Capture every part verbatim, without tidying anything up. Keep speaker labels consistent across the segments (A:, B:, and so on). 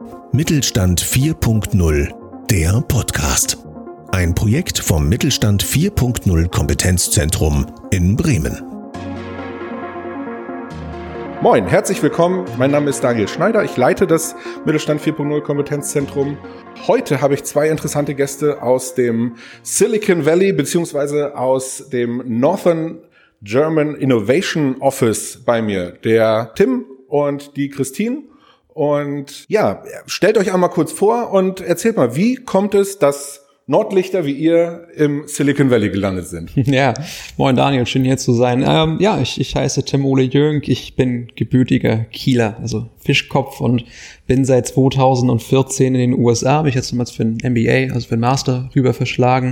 A: Mittelstand vier Punkt null, der Podcast. Ein Projekt vom Mittelstand vier Punkt null Kompetenzzentrum in Bremen.
B: Moin, herzlich willkommen. Mein Name ist Daniel Schneider. Ich leite das Mittelstand vier Punkt null Kompetenzzentrum. Heute habe ich zwei interessante Gäste aus dem Silicon Valley beziehungsweise aus dem Northern German Innovation Office bei mir. Der Tim und die Christine. Und ja, stellt euch einmal kurz vor und erzählt mal, wie kommt es, dass Nordlichter wie ihr im Silicon Valley gelandet sind?
C: Ja, moin Daniel, schön hier zu sein. Ähm, ja, ich, ich heiße Tim Ole Jönk, ich bin gebürtiger Kieler, also Fischkopf, und bin seit zweitausendvierzehn in den U S A, habe ich jetzt damals für ein M B A, also für ein Master, rüber verschlagen.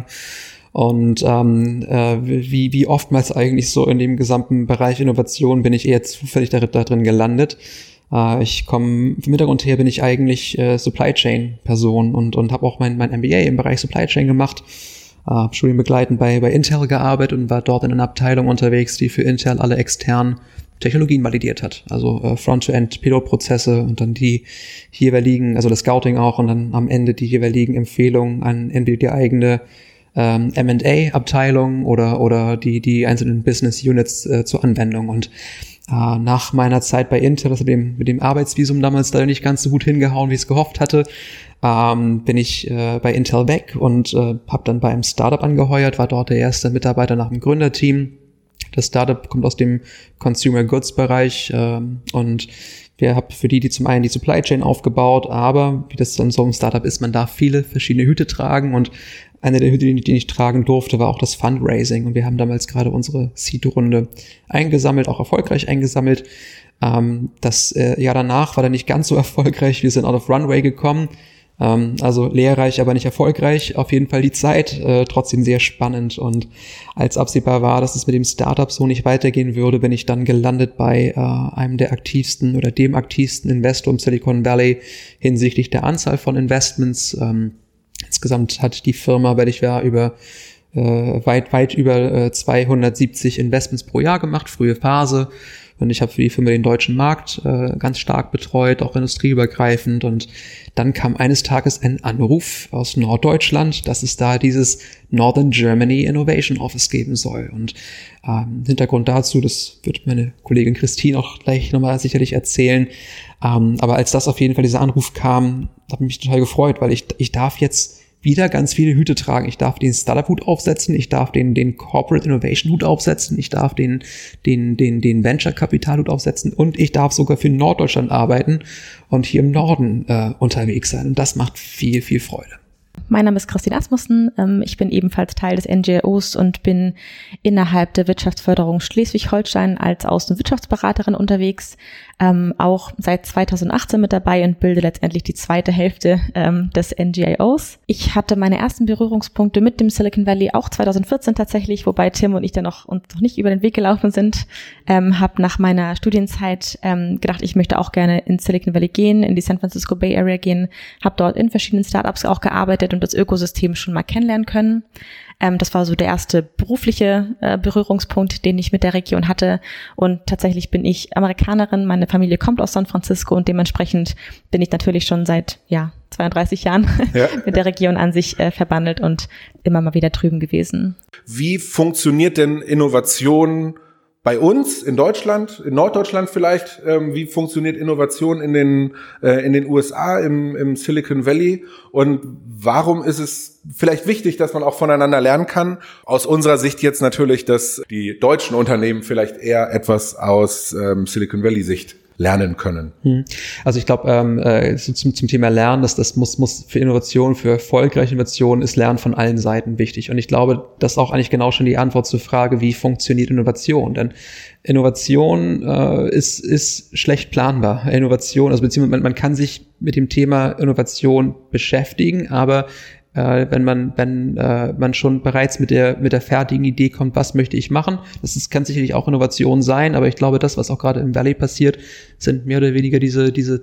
C: Und ähm, äh, wie, wie oftmals eigentlich so in dem gesamten Bereich Innovation bin ich eher zufällig da, da drin gelandet. Uh, ich komme, vom Hintergrund her bin ich eigentlich äh, Supply Chain Person und und habe auch mein mein M B A im Bereich Supply Chain gemacht, uh, habe studienbegleitend bei bei Intel gearbeitet und war dort in einer Abteilung unterwegs, die für Intel alle externen Technologien validiert hat, also äh, Front-to-End Pilotprozesse und dann die jeweiligen, also das Scouting auch, und dann am Ende die jeweiligen Empfehlungen an entweder die eigene ähm, M and A Abteilung oder oder die die einzelnen Business Units äh, zur Anwendung. Und Uh, nach meiner Zeit bei Intel, das mit dem, mit dem Arbeitsvisum damals leider nicht ganz so gut hingehauen, wie ich es gehofft hatte, ähm, bin ich äh, bei Intel weg und äh, habe dann bei einem Startup angeheuert, war dort der erste Mitarbeiter nach dem Gründerteam. Das Startup kommt aus dem Consumer Goods Bereich ähm, und wir haben für die, die zum einen die Supply Chain aufgebaut, aber wie das dann so im Startup ist, man darf viele verschiedene Hüte tragen, und eine der Hüte, die ich tragen durfte, war auch das Fundraising, und wir haben damals gerade unsere Seed-Runde eingesammelt, auch erfolgreich eingesammelt. Ähm, das äh, Jahr danach war dann nicht ganz so erfolgreich, wir sind out of runway gekommen, ähm, also lehrreich, aber nicht erfolgreich, auf jeden Fall die Zeit, äh, trotzdem sehr spannend, und als absehbar war, dass es mit dem Startup so nicht weitergehen würde, bin ich dann gelandet bei äh, einem der aktivsten oder dem aktivsten Investor im Silicon Valley hinsichtlich der Anzahl von Investments. ähm, Insgesamt hat die Firma, weil ich war, über äh, weit, weit über äh, zweihundertsiebzig Investments pro Jahr gemacht, frühe Phase. Und ich habe für die Firma den deutschen Markt äh, ganz stark betreut, auch industrieübergreifend. Und dann kam eines Tages ein Anruf aus Norddeutschland, dass es da dieses Northern Germany Innovation Office geben soll. Und ähm, Hintergrund dazu, das wird meine Kollegin Christine auch gleich nochmal sicherlich erzählen. Ähm, aber als das auf jeden Fall dieser Anruf kam, habe ich mich total gefreut, weil ich ich darf jetzt wieder ganz viele Hüte tragen. Ich darf den Startup-Hut aufsetzen, ich darf den den Corporate Innovation-Hut aufsetzen, ich darf den den den den Venture-Kapital-Hut aufsetzen, und ich darf sogar für Norddeutschland arbeiten und hier im Norden äh, unterwegs sein. Und das macht viel, viel Freude.
D: Mein Name ist Christine Asmussen. Ich bin ebenfalls Teil des N G Os und bin innerhalb der Wirtschaftsförderung Schleswig-Holstein als Außenwirtschaftsberaterin unterwegs, ähm, auch seit zweitausendachtzehn mit dabei und bilde letztendlich die zweite Hälfte ähm, des N G Os. Ich hatte meine ersten Berührungspunkte mit dem Silicon Valley auch zweitausendvierzehn tatsächlich, wobei Tim und ich dann noch, uns noch nicht über den Weg gelaufen sind. Ähm, habe nach meiner Studienzeit ähm, gedacht, ich möchte auch gerne ins Silicon Valley gehen, in die San Francisco Bay Area gehen, habe dort in verschiedenen Startups auch gearbeitet und das Ökosystem schon mal kennenlernen können. Ähm, das war so der erste berufliche äh, Berührungspunkt, den ich mit der Region hatte. Und tatsächlich bin ich Amerikanerin, meine Familie kommt aus San Francisco, und dementsprechend bin ich natürlich schon seit ja zweiunddreißig Jahren ja. mit der Region an sich äh, verbandelt und immer mal wieder drüben gewesen.
B: Wie funktioniert denn Innovation bei uns in Deutschland, in Norddeutschland vielleicht? Ähm, wie funktioniert Innovation in den äh, in den U S A, im, im Silicon Valley? Und warum ist es vielleicht wichtig, dass man auch voneinander lernen kann? Aus unserer Sicht jetzt natürlich, dass die deutschen Unternehmen vielleicht eher etwas aus ähm, Silicon Valley Sicht lernen können.
C: Also ich glaube, ähm, äh, zum, zum Thema Lernen, das, das muss, muss für Innovation, für erfolgreiche Innovation ist Lernen von allen Seiten wichtig. Und ich glaube, das ist auch eigentlich genau schon die Antwort zur Frage, wie funktioniert Innovation? Denn Innovation äh, ist, ist schlecht planbar. Innovation, also beziehungsweise man, man kann sich mit dem Thema Innovation beschäftigen, aber Äh, wenn man wenn äh, man schon bereits mit der mit der fertigen Idee kommt, was möchte ich machen, das ist, kann sicherlich auch Innovation sein, aber ich glaube, das, was auch gerade im Valley passiert, sind mehr oder weniger diese diese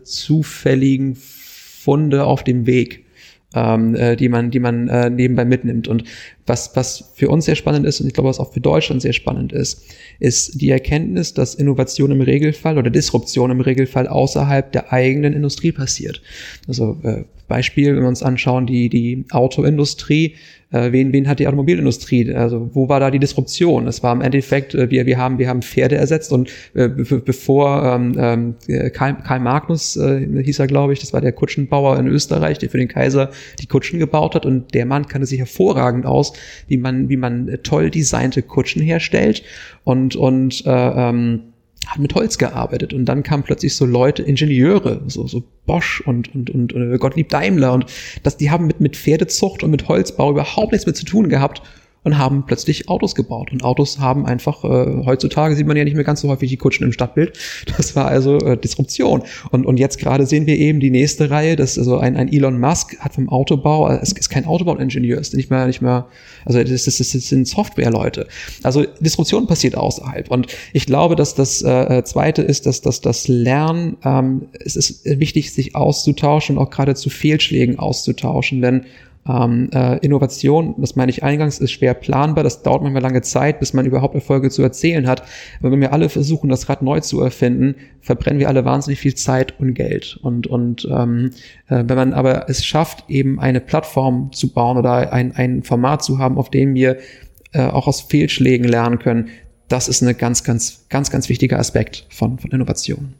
C: zufälligen Funde auf dem Weg, ähm, äh, die man die man äh, nebenbei mitnimmt. Und Was, was für uns sehr spannend ist und ich glaube, was auch für Deutschland sehr spannend ist, ist die Erkenntnis, dass Innovation im Regelfall oder Disruption im Regelfall außerhalb der eigenen Industrie passiert. Also äh, Beispiel, wenn wir uns anschauen, die die Autoindustrie, äh, wen wen hat die Automobilindustrie? Also wo war da die Disruption? Es war im Endeffekt, äh, wir wir haben wir haben Pferde ersetzt und äh, be- bevor ähm, äh, Karl, Karl Magnus äh, hieß er, glaube ich, das war der Kutschenbauer in Österreich, der für den Kaiser die Kutschen gebaut hat und der Mann kannte sich hervorragend aus, wie man wie man toll designte Kutschen herstellt und und äh, ähm, hat mit Holz gearbeitet und dann kamen plötzlich so Leute, Ingenieure, so so Bosch und und und, und Gottlieb Daimler und das, die haben mit mit Pferdezucht und mit Holzbau überhaupt nichts mit zu tun gehabt und haben plötzlich Autos gebaut und Autos haben einfach äh, heutzutage sieht man ja nicht mehr ganz so häufig die Kutschen im Stadtbild. Das war also äh, Disruption und und jetzt gerade sehen wir eben die nächste Reihe, das also ein ein Elon Musk hat vom Autobau, es ist kein Autobauingenieur, ist nicht mehr nicht mehr, also das, das, das sind Softwareleute. Also Disruption passiert außerhalb und ich glaube, dass das äh, zweite ist, dass dass das Lernen, ähm, es ist wichtig, sich auszutauschen und auch gerade zu Fehlschlägen auszutauschen, denn Ähm, äh, Innovation, das meine ich eingangs, ist schwer planbar, das dauert manchmal lange Zeit, bis man überhaupt Erfolge zu erzählen hat. Aber wenn wir alle versuchen, das Rad neu zu erfinden, verbrennen wir alle wahnsinnig viel Zeit und Geld. Und, und ähm, äh, wenn man aber es schafft, eben eine Plattform zu bauen oder ein, ein Format zu haben, auf dem wir äh, auch aus Fehlschlägen lernen können, das ist ein ganz, ganz, ganz, ganz wichtiger Aspekt von, von Innovation.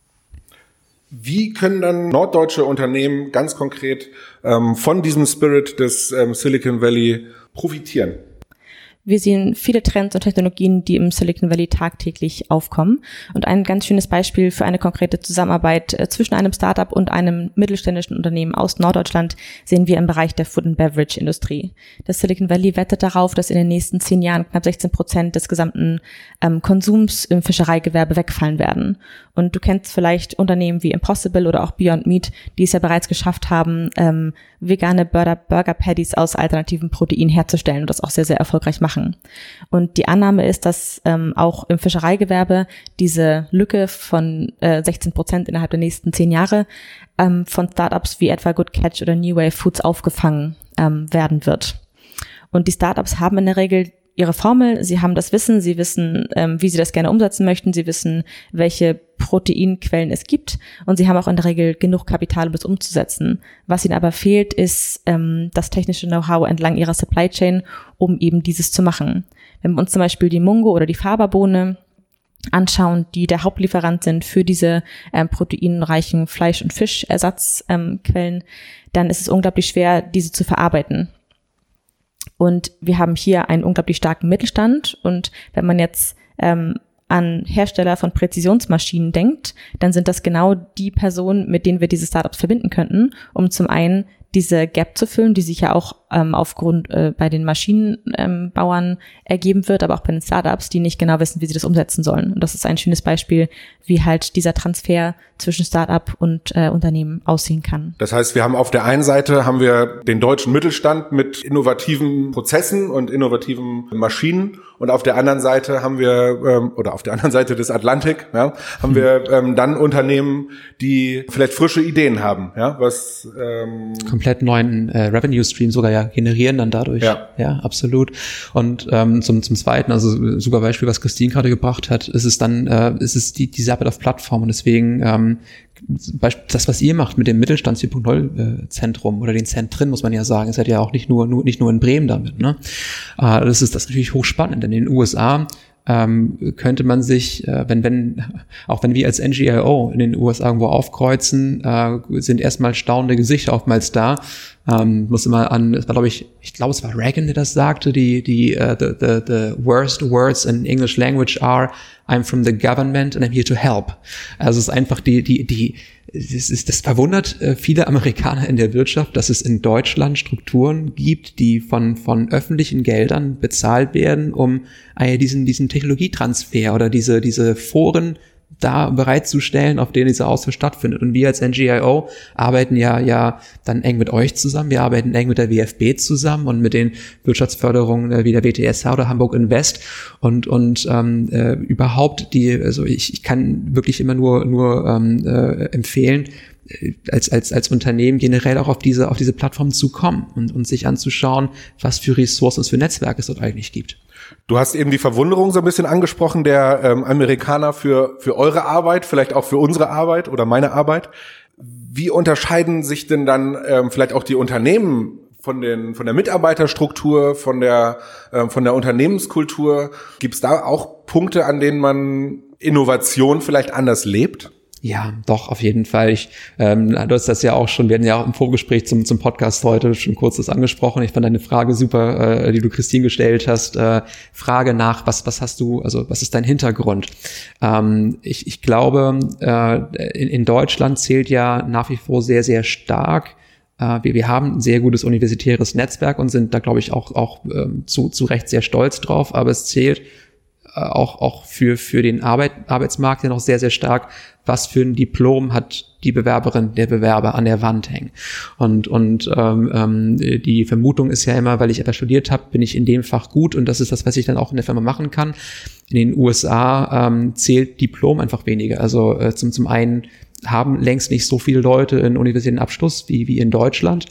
B: Wie können dann norddeutsche Unternehmen ganz konkret ähm, von diesem Spirit des ähm, Silicon Valley profitieren?
D: Wir sehen viele Trends und Technologien, die im Silicon Valley tagtäglich aufkommen. Und ein ganz schönes Beispiel für eine konkrete Zusammenarbeit äh, zwischen einem Startup und einem mittelständischen Unternehmen aus Norddeutschland sehen wir im Bereich der Food and Beverage Industrie. Das Silicon Valley wettet darauf, dass in den nächsten zehn Jahren knapp sechzehn Prozent des gesamten ähm, Konsums im Fischereigewerbe wegfallen werden. Und du kennst vielleicht Unternehmen wie Impossible oder auch Beyond Meat, die es ja bereits geschafft haben, ähm, vegane Burger, Burger Patties aus alternativen Proteinen herzustellen und das auch sehr, sehr erfolgreich machen. Und die Annahme ist, dass ähm, auch im Fischereigewerbe diese Lücke von äh, sechzehn Prozent innerhalb der nächsten zehn Jahre ähm, von Startups wie etwa Good Catch oder New Wave Foods aufgefangen ähm, werden wird. Und die Startups haben in der Regel ihre Formel, sie haben das Wissen, sie wissen, ähm, wie sie das gerne umsetzen möchten, sie wissen, welche Proteinquellen es gibt und sie haben auch in der Regel genug Kapital, um das umzusetzen. Was ihnen aber fehlt, ist ähm, das technische Know-how entlang ihrer Supply Chain, um eben dieses zu machen. Wenn wir uns zum Beispiel die Mungo oder die Faberbohne anschauen, die der Hauptlieferant sind für diese ähm, proteinreichen Fleisch- und Fischersatzquellen, ähm, dann ist es unglaublich schwer, diese zu verarbeiten. Und wir haben hier einen unglaublich starken Mittelstand. Und wenn man jetzt ähm, an Hersteller von Präzisionsmaschinen denkt, dann sind das genau die Personen, mit denen wir diese Startups verbinden könnten, um zum einen diese Gap zu füllen, die sich ja auch ähm, aufgrund äh, bei den Maschinenbauern ähm, ergeben wird, aber auch bei den Startups, die nicht genau wissen, wie sie das umsetzen sollen. Und das ist ein schönes Beispiel, wie halt dieser Transfer zwischen Startup und äh, Unternehmen aussehen kann.
B: Das heißt, wir haben auf der einen Seite haben wir den deutschen Mittelstand mit innovativen Prozessen und innovativen Maschinen und auf der anderen Seite haben wir ähm, oder auf der anderen Seite des Atlantik ja, haben wir ähm, dann Unternehmen, die vielleicht frische Ideen haben, ja, was ähm,
C: komplett neuen äh, Revenue Stream sogar ja generieren dann dadurch. Ja, ja, absolut. Und ähm, zum zum Zweiten, also super Beispiel, was Christine gerade gebracht hat, ist es dann, äh, ist es die die Sabbat auf Plattform und deswegen ähm, das, was ihr macht mit dem Mittelstand vier Punkt null Zentrum oder den Zentren, muss man ja sagen, ist halt ja auch nicht nur, nur nicht nur in Bremen damit, ne? Äh, das ist das ist natürlich hochspannend, denn in den U S A ähm, könnte man sich, äh, wenn, wenn, auch wenn wir als N G I O in den U S A irgendwo aufkreuzen, äh, sind erstmal staunende Gesichter oftmals da. Ähm, musste mal an, es war glaube ich, ich glaube es war Reagan, der das sagte, die, die, uh, the, the, the worst words in English language are, I'm from the government and I'm here to help. Also es ist einfach die, die, die, es ist, das verwundert äh, viele Amerikaner in der Wirtschaft, dass es in Deutschland Strukturen gibt, die von, von öffentlichen Geldern bezahlt werden, um äh, diesen, diesen Technologietransfer oder diese, diese Foren da bereitzustellen, auf denen dieser Austausch stattfindet. Und wir als N G I O arbeiten ja ja dann eng mit euch zusammen. Wir arbeiten eng mit der W F B zusammen und mit den Wirtschaftsförderungen wie der W T S H oder Hamburg Invest und und ähm, äh, überhaupt die. Also ich, ich kann wirklich immer nur nur ähm, äh, empfehlen, als als als Unternehmen generell auch auf diese auf diese Plattform zu kommen und und sich anzuschauen, was für Ressourcen, für Netzwerke es dort eigentlich gibt.
B: Du hast eben die Verwunderung so ein bisschen angesprochen der ähm, Amerikaner für für eure Arbeit, vielleicht auch für unsere Arbeit oder meine Arbeit. Wie unterscheiden sich denn dann ähm, vielleicht auch die Unternehmen von den von der Mitarbeiterstruktur, von der ähm, von der Unternehmenskultur? Gibt es da auch Punkte, an denen man Innovation vielleicht anders lebt?
C: Ja, doch, auf jeden Fall. Ich, ähm, du hast das ja auch schon, wir hatten ja auch im Vorgespräch zum zum Podcast heute schon kurz das angesprochen. Ich fand deine Frage super, äh, die du Christine gestellt hast. Äh, Frage nach, was was hast du, also was ist dein Hintergrund? Ähm, ich ich glaube, äh, in, in Deutschland zählt ja nach wie vor sehr, sehr stark. Äh, wir, wir haben ein sehr gutes universitäres Netzwerk und sind da, glaube ich, auch auch äh, zu zu Recht sehr stolz drauf. Aber es zählt auch auch für für den Arbeit, Arbeitsmarkt ja noch sehr, sehr stark, was für ein Diplom hat die Bewerberin, der Bewerber an der Wand hängen. Und und ähm, die Vermutung ist ja immer, weil ich etwas studiert habe, bin ich in dem Fach gut und das ist das, was ich dann auch in der Firma machen kann. In den U S A ähm, zählt Diplom einfach weniger. Also äh, zum zum einen haben längst nicht so viele Leute einen universitären Abschluss wie wie in Deutschland.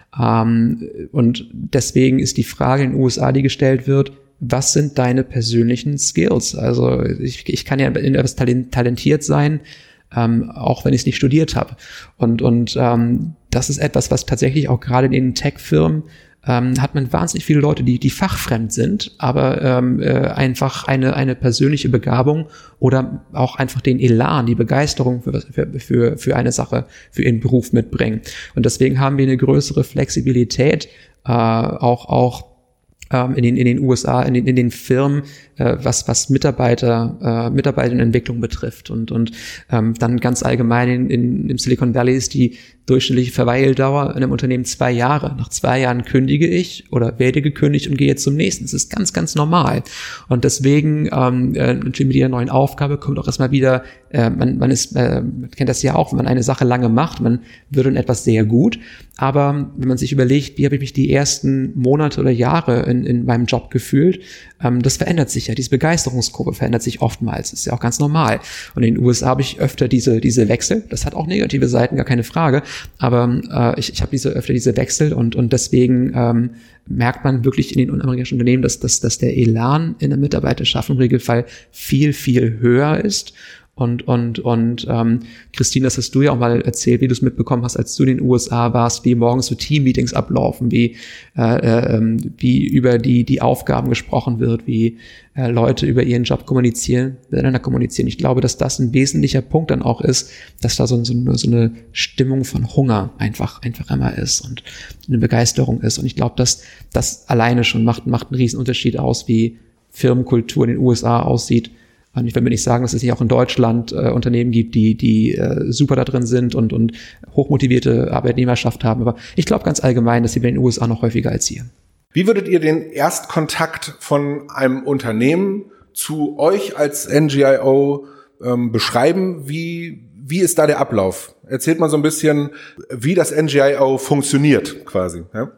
C: Ähm, und deswegen ist die Frage in den U S A, die gestellt wird, was sind deine persönlichen Skills? Also ich, ich kann ja in etwas talentiert sein, ähm, auch wenn ich es nicht studiert habe. Und und ähm, das ist etwas, was tatsächlich auch gerade in den Tech-Firmen ähm, hat man wahnsinnig viele Leute, die die fachfremd sind, aber ähm, äh, einfach eine eine persönliche Begabung oder auch einfach den Elan, die Begeisterung für für für, für eine Sache, für ihren Beruf mitbringen. Und deswegen haben wir eine größere Flexibilität, äh, auch auch in den in den U S A, in den in den Firmen, äh, was was Mitarbeiter äh, Mitarbeiterentwicklung betrifft und und ähm, dann ganz allgemein in, in im Silicon Valley ist die durchschnittliche Verweildauer in einem Unternehmen zwei Jahre. Nach zwei Jahren kündige ich oder werde gekündigt und gehe zum nächsten. Das ist ganz, ganz normal. Und deswegen, ähm, natürlich mit jeder neuen Aufgabe kommt auch erstmal wieder, äh, man, man ist, äh, man kennt das ja auch, wenn man eine Sache lange macht, man wird in etwas sehr gut. Aber wenn man sich überlegt, wie habe ich mich die ersten Monate oder Jahre in, in meinem Job gefühlt, ähm, das verändert sich ja. Diese Begeisterungskurve verändert sich oftmals. Das ist ja auch ganz normal. Und in den U S A habe ich öfter diese, diese Wechsel. Das hat auch negative Seiten, gar keine Frage. Aber äh, ich, ich habe diese öfter diese Wechsel und und deswegen ähm, merkt man wirklich in den amerikanischen Unternehmen, dass, dass, dass der Elan in der Mitarbeiterschaft im Regelfall viel, viel höher ist. Und und und ähm, Christine, das hast du ja auch mal erzählt, wie du es mitbekommen hast, als du in den U S A warst, wie morgens so Team-Meetings ablaufen, wie äh, äh, wie über die die Aufgaben gesprochen wird, wie äh, Leute über ihren Job kommunizieren, miteinander kommunizieren. Ich glaube, dass das ein wesentlicher Punkt dann auch ist, dass da so, so, eine, so eine Stimmung von Hunger einfach einfach immer ist und eine Begeisterung ist. Und ich glaube, dass das alleine schon macht macht einen riesen Unterschied aus, wie Firmenkultur in den U S A aussieht. Und ich will mir nicht sagen, dass es nicht auch in Deutschland äh, Unternehmen gibt, die die äh, super da drin sind und und hochmotivierte Arbeitnehmerschaft haben. Aber ich glaube ganz allgemein, dass sie bei den U S A noch häufiger als hier.
B: Wie würdet ihr den Erstkontakt von einem Unternehmen zu euch als N G I O ähm, beschreiben? Wie wie ist da der Ablauf? Erzählt mal so ein bisschen, wie das N G I O funktioniert quasi. Ja?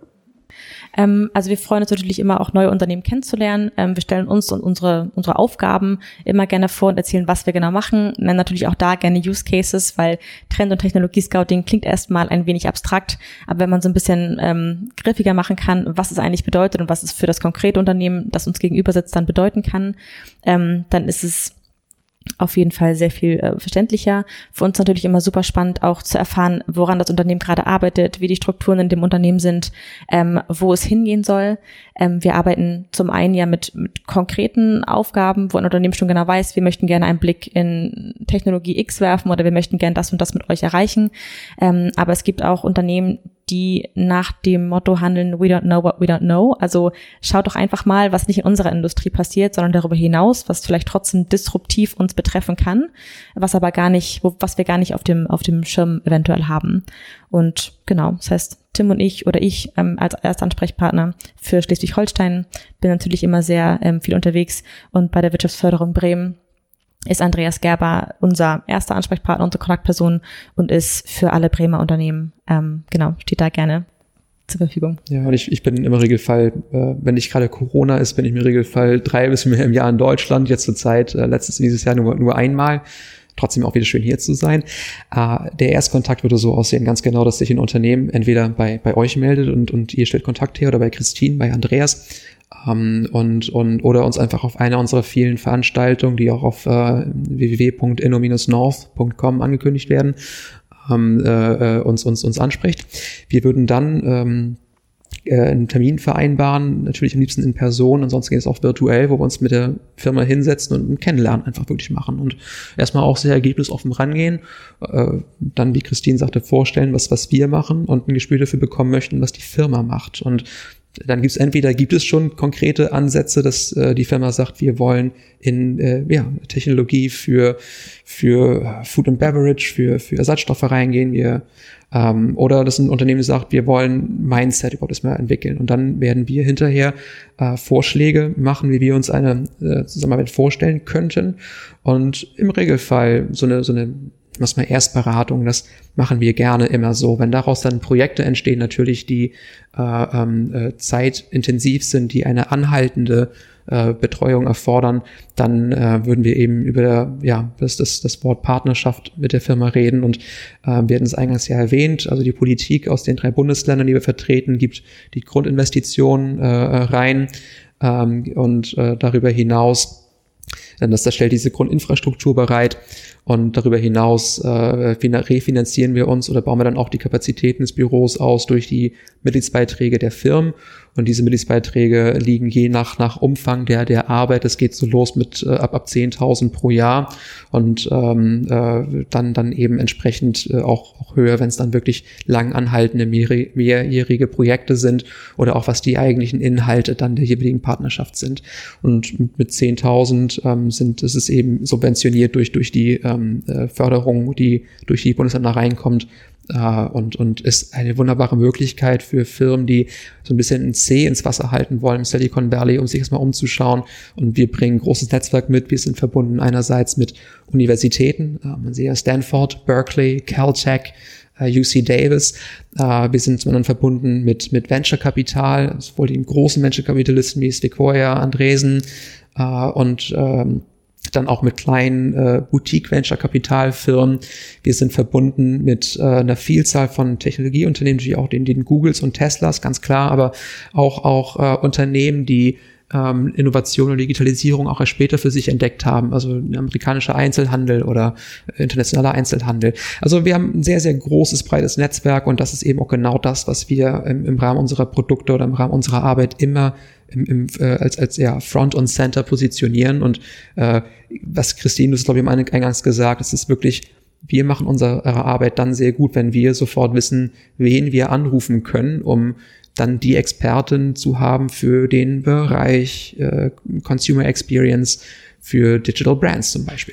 D: Ähm, also wir freuen uns natürlich immer auch neue Unternehmen kennenzulernen. Ähm, wir stellen uns und unsere unsere Aufgaben immer gerne vor und erzählen, was wir genau machen. Nennen natürlich auch da gerne Use Cases, weil Trend- und Technologie-Scouting klingt erstmal ein wenig abstrakt, aber wenn man so ein bisschen ähm, griffiger machen kann, was es eigentlich bedeutet und was es für das konkrete Unternehmen, das uns gegenüber sitzt, dann bedeuten kann, ähm, dann ist es auf jeden Fall sehr viel äh, verständlicher. Für uns natürlich immer super spannend, auch zu erfahren, woran das Unternehmen gerade arbeitet, wie die Strukturen in dem Unternehmen sind, ähm, wo es hingehen soll. Ähm, wir arbeiten zum einen ja mit, mit konkreten Aufgaben, wo ein Unternehmen schon genau weiß, wir möchten gerne einen Blick in Technologie X werfen oder wir möchten gerne das und das mit euch erreichen. Ähm, aber es gibt auch Unternehmen, die nach dem Motto handeln, we don't know what we don't know. Also schaut doch einfach mal, was nicht in unserer Industrie passiert, sondern darüber hinaus, was vielleicht trotzdem disruptiv uns betreffen kann, was aber gar nicht, was wir gar nicht auf dem auf dem Schirm eventuell haben. Und genau, das heißt, Tim und ich oder ich ähm, als erster Ansprechpartner für Schleswig-Holstein bin natürlich immer sehr ähm, viel unterwegs und bei der Wirtschaftsförderung Bremen ist Andreas Gerber unser erster Ansprechpartner, unsere Kontaktperson und ist für alle Bremer Unternehmen, ähm, genau, steht da gerne zur Verfügung.
C: Ja, und ich, ich bin im Regelfall, äh, wenn nicht gerade Corona ist, bin ich im Regelfall drei bis mehr im Jahr in Deutschland, jetzt zur Zeit, äh, letztes dieses Jahr nur, nur einmal. trotzdem auch wieder schön hier zu sein. Äh, der Erstkontakt würde so aussehen, ganz genau, dass sich ein Unternehmen entweder bei, bei euch meldet und, und ihr stellt Kontakt her oder bei Christine, bei Andreas. Um, und, und, oder uns einfach auf einer unserer vielen Veranstaltungen, die auch auf äh, w w w punkt inno dash north punkt com angekündigt werden, ähm, äh, uns, uns, uns anspricht. Wir würden dann ähm, äh, einen Termin vereinbaren, natürlich am liebsten in Person, ansonsten geht es auch virtuell, wo wir uns mit der Firma hinsetzen und ein Kennenlernen einfach wirklich machen und erstmal auch sehr ergebnisoffen rangehen, äh, dann, wie Christine sagte, vorstellen, was, was wir machen und ein Gespür dafür bekommen möchten, was die Firma macht. Und dann gibt es entweder, gibt es schon konkrete Ansätze, dass äh, die Firma sagt, wir wollen in äh, ja, Technologie für für Food and Beverage, für für Ersatzstoffe reingehen, wir ähm, oder dass ein Unternehmen sagt, wir wollen Mindset überhaupt erstmal entwickeln und dann werden wir hinterher äh, Vorschläge machen, wie wir uns eine äh, Zusammenarbeit vorstellen könnten und im Regelfall so eine so eine was mal Erstberatung, das machen wir gerne immer so. Wenn daraus dann Projekte entstehen, natürlich, die äh, äh, zeitintensiv sind, die eine anhaltende äh, Betreuung erfordern, dann äh, würden wir eben über ja das, das, das Wort Partnerschaft mit der Firma reden und äh, wir hatten es eingangs ja erwähnt, also die Politik aus den drei Bundesländern, die wir vertreten, gibt die Grundinvestitionen äh, rein ähm, und äh, darüber hinaus Das, das stellt diese Grundinfrastruktur bereit und darüber hinaus äh, refinanzieren wir uns oder bauen wir dann auch die Kapazitäten des Büros aus durch die Mitgliedsbeiträge der Firmen. Und diese Mitgliedsbeiträge liegen je nach nach Umfang der der Arbeit. Das geht so los mit äh, ab ab zehntausend pro Jahr und ähm, äh, dann dann eben entsprechend äh, auch, auch höher, wenn es dann wirklich lang anhaltende mehrjährige, mehrjährige Projekte sind oder auch was die eigentlichen Inhalte dann der jeweiligen Partnerschaft sind. Und mit, mit zehntausend ähm, sind ist es eben subventioniert durch durch die ähm, äh, Förderung, die durch die Bundesländer reinkommt. Uh, und, und ist eine wunderbare Möglichkeit für Firmen, die so ein bisschen ein C ins Wasser halten wollen im Silicon Valley, um sich erstmal umzuschauen. Und wir bringen ein großes Netzwerk mit. Wir sind verbunden einerseits mit Universitäten. Uh, man sieht ja Stanford, Berkeley, Caltech, uh, U C Davis. Uh, wir sind zum anderen verbunden mit, mit Venture-Kapital, sowohl den großen Venture-Kapitalisten wie Sequoia, Andresen uh, und um, dann auch mit kleinen äh, Boutique-Venture-Kapitalfirmen. Wir sind verbunden mit äh, einer Vielzahl von Technologieunternehmen, die auch den, den Googles und Teslas, ganz klar, aber auch auch äh, Unternehmen, die ähm, Innovation und Digitalisierung auch erst später für sich entdeckt haben, also amerikanischer Einzelhandel oder internationaler Einzelhandel. Also wir haben ein sehr, sehr großes, breites Netzwerk und das ist eben auch genau das, was wir im, im Rahmen unserer Produkte oder im Rahmen unserer Arbeit immer im, im, äh, als als ja Front und Center positionieren. Und äh, was Christine, das glaube ich, am Eingangs gesagt, es ist wirklich, wir machen unsere Arbeit dann sehr gut, wenn wir sofort wissen, wen wir anrufen können, um dann die Experten zu haben für den Bereich äh, Consumer Experience, für Digital Brands zum Beispiel.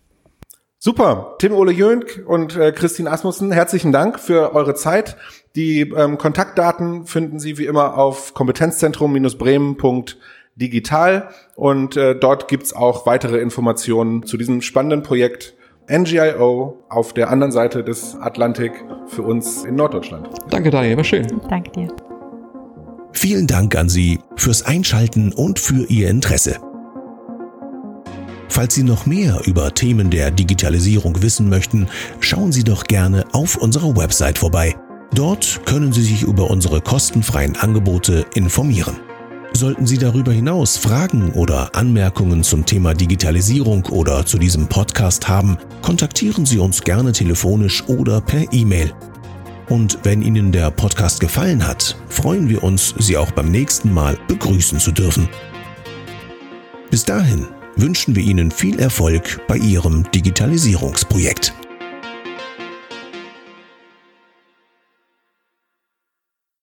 B: Super, Tim Ole Jönk und äh, Christine Asmussen, herzlichen Dank für eure Zeit. Die ähm, Kontaktdaten finden Sie wie immer auf kompetenzzentrum bremen punkt digital und äh, dort gibt's auch weitere Informationen zu diesem spannenden Projekt N G I O auf der anderen Seite des Atlantik für uns in Norddeutschland.
C: Danke, Daniel, war schön.
D: Danke dir.
A: Vielen Dank an Sie fürs Einschalten und für Ihr Interesse. Falls Sie noch mehr über Themen der Digitalisierung wissen möchten, schauen Sie doch gerne auf unserer Website vorbei. Dort können Sie sich über unsere kostenfreien Angebote informieren. Sollten Sie darüber hinaus Fragen oder Anmerkungen zum Thema Digitalisierung oder zu diesem Podcast haben, kontaktieren Sie uns gerne telefonisch oder per E-Mail. Und wenn Ihnen der Podcast gefallen hat, freuen wir uns, Sie auch beim nächsten Mal begrüßen zu dürfen. Bis dahin wünschen wir Ihnen viel Erfolg bei Ihrem Digitalisierungsprojekt.